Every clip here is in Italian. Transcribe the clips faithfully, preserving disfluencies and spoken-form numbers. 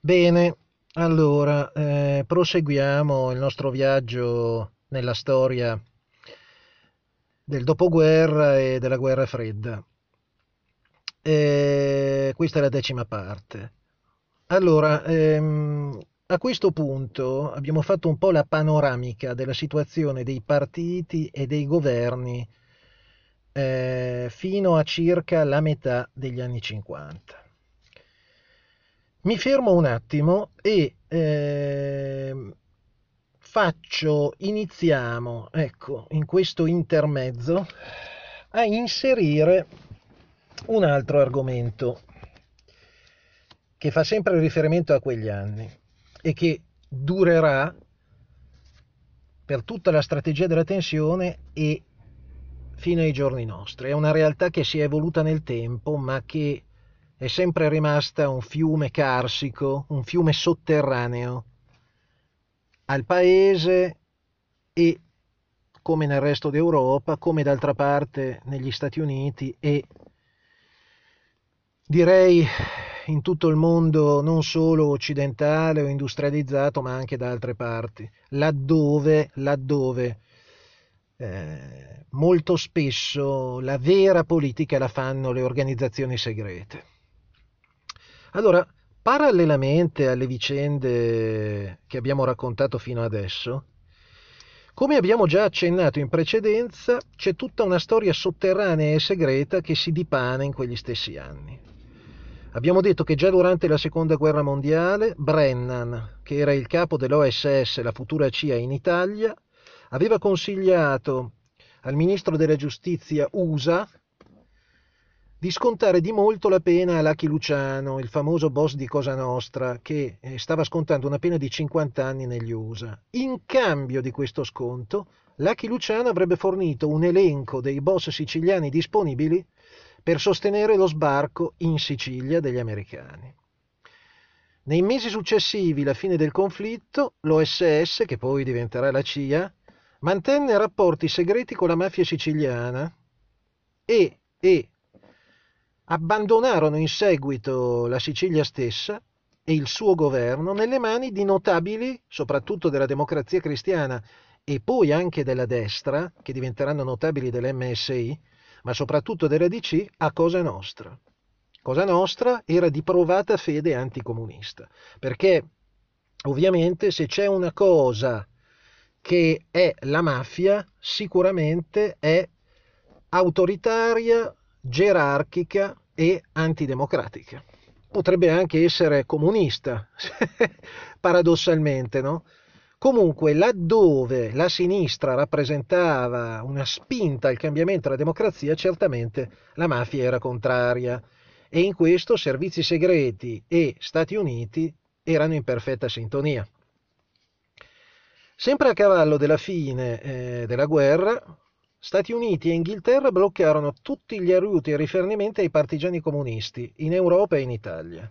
Bene, allora, eh, proseguiamo il nostro viaggio nella storia del dopoguerra e della guerra fredda. Eh, questa è la decima parte. Allora, ehm, a questo punto abbiamo fatto un po' la panoramica della situazione dei partiti e dei governi eh, fino a circa la metà degli anni cinquanta. Mi fermo un attimo e ehm, faccio, iniziamo, ecco, in questo intermezzo a inserire un altro argomento che fa sempre riferimento a quegli anni e che durerà per tutta la strategia della tensione e fino ai giorni nostri. È una realtà che si è evoluta nel tempo, ma che è sempre rimasta un fiume carsico, un fiume sotterraneo al paese e, come nel resto d'Europa, come d'altra parte negli Stati Uniti e direi in tutto il mondo non solo occidentale o industrializzato, ma anche da altre parti, laddove, laddove eh, molto spesso la vera politica la fanno le organizzazioni segrete. Allora, parallelamente alle vicende che abbiamo raccontato fino adesso, come abbiamo già accennato in precedenza, c'è tutta una storia sotterranea e segreta che si dipana in quegli stessi anni. Abbiamo detto che già durante la seconda guerra mondiale, Brennan, che era il capo dell'O S S, la futura C I A in Italia, aveva consigliato al ministro della giustizia U S A di scontare di molto la pena a Lucky Luciano, il famoso boss di Cosa Nostra, che eh, stava scontando una pena di cinquanta anni negli U S A. In cambio di questo sconto, Lucky Luciano avrebbe fornito un elenco dei boss siciliani disponibili per sostenere lo sbarco in Sicilia degli americani. Nei mesi successivi alla fine del conflitto, l'O S S, che poi diventerà la C I A, mantenne rapporti segreti con la mafia siciliana e, e abbandonarono in seguito la Sicilia stessa e il suo governo nelle mani di notabili, soprattutto della Democrazia Cristiana e poi anche della destra, che diventeranno notabili dell'M S I, ma soprattutto della D C, a Cosa Nostra. Cosa Nostra era di provata fede anticomunista, perché ovviamente se c'è una cosa che è la mafia, sicuramente è autoritaria, gerarchica e antidemocratica. Potrebbe anche essere comunista, paradossalmente, no? Comunque, laddove la sinistra rappresentava una spinta al cambiamento alla democrazia, certamente la mafia era contraria e in questo servizi segreti e Stati Uniti erano in perfetta sintonia. Sempre a cavallo della fine eh, della guerra, Stati Uniti e Inghilterra bloccarono tutti gli aiuti e rifornimenti ai partigiani comunisti in Europa e in Italia.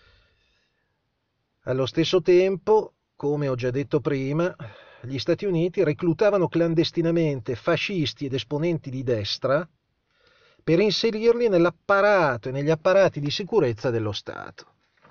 Allo stesso tempo, come ho già detto prima, gli Stati Uniti reclutavano clandestinamente fascisti ed esponenti di destra per inserirli nell'apparato e negli apparati di sicurezza dello Stato.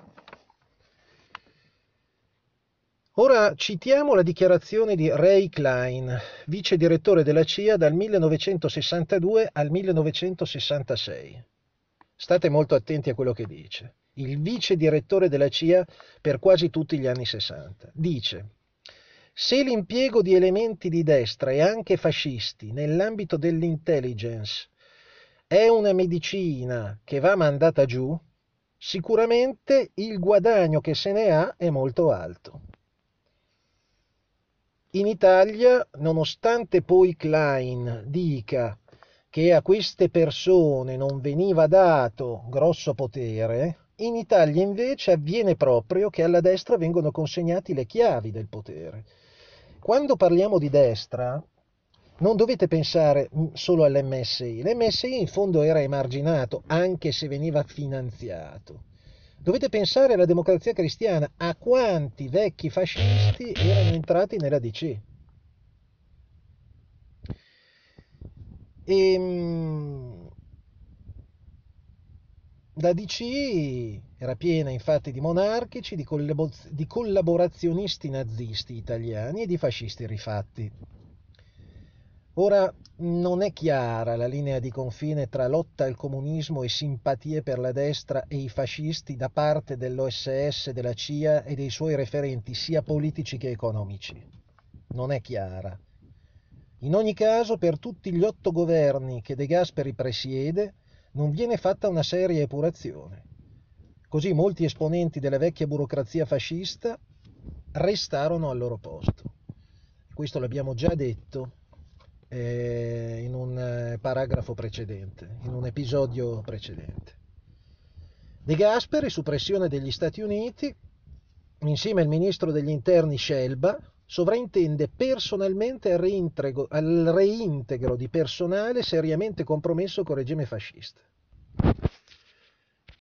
Ora citiamo la dichiarazione di Ray Klein, vice direttore della C I A dal millenovecentosessantadue al millenovecentosessantasei. State molto attenti a quello che dice. Il vice direttore della C I A per quasi tutti gli anni sessanta. Dice: se l'impiego di elementi di destra e anche fascisti nell'ambito dell'intelligence è una medicina che va mandata giù, sicuramente il guadagno che se ne ha è molto alto. In Italia, nonostante poi Klein dica che a queste persone non veniva dato grosso potere, in Italia invece avviene proprio che alla destra vengono consegnati le chiavi del potere. Quando parliamo di destra, non dovete pensare solo all'M S I. L'M S I in fondo era emarginato, anche se veniva finanziato. Dovete pensare alla Democrazia Cristiana, a quanti vecchi fascisti erano entrati nella D C. E, La D C era piena infatti di monarchici, di, collabo- di collaborazionisti nazisti italiani e di fascisti rifatti. Ora non è chiara la linea di confine tra lotta al comunismo e simpatie per la destra e i fascisti da parte dell'O S S, della C I A e dei suoi referenti sia politici che economici. Non è chiara. In ogni caso, per tutti gli otto governi che De Gasperi presiede, non viene fatta una seria epurazione. Così molti esponenti della vecchia burocrazia fascista restarono al loro posto. Questo l'abbiamo già detto eh, in un eh, paragrafo precedente, in un episodio precedente. De Gasperi, su pressione degli Stati Uniti, insieme al ministro degli interni Scelba, sovrintende personalmente al reintegro, al reintegro di personale seriamente compromesso col regime fascista.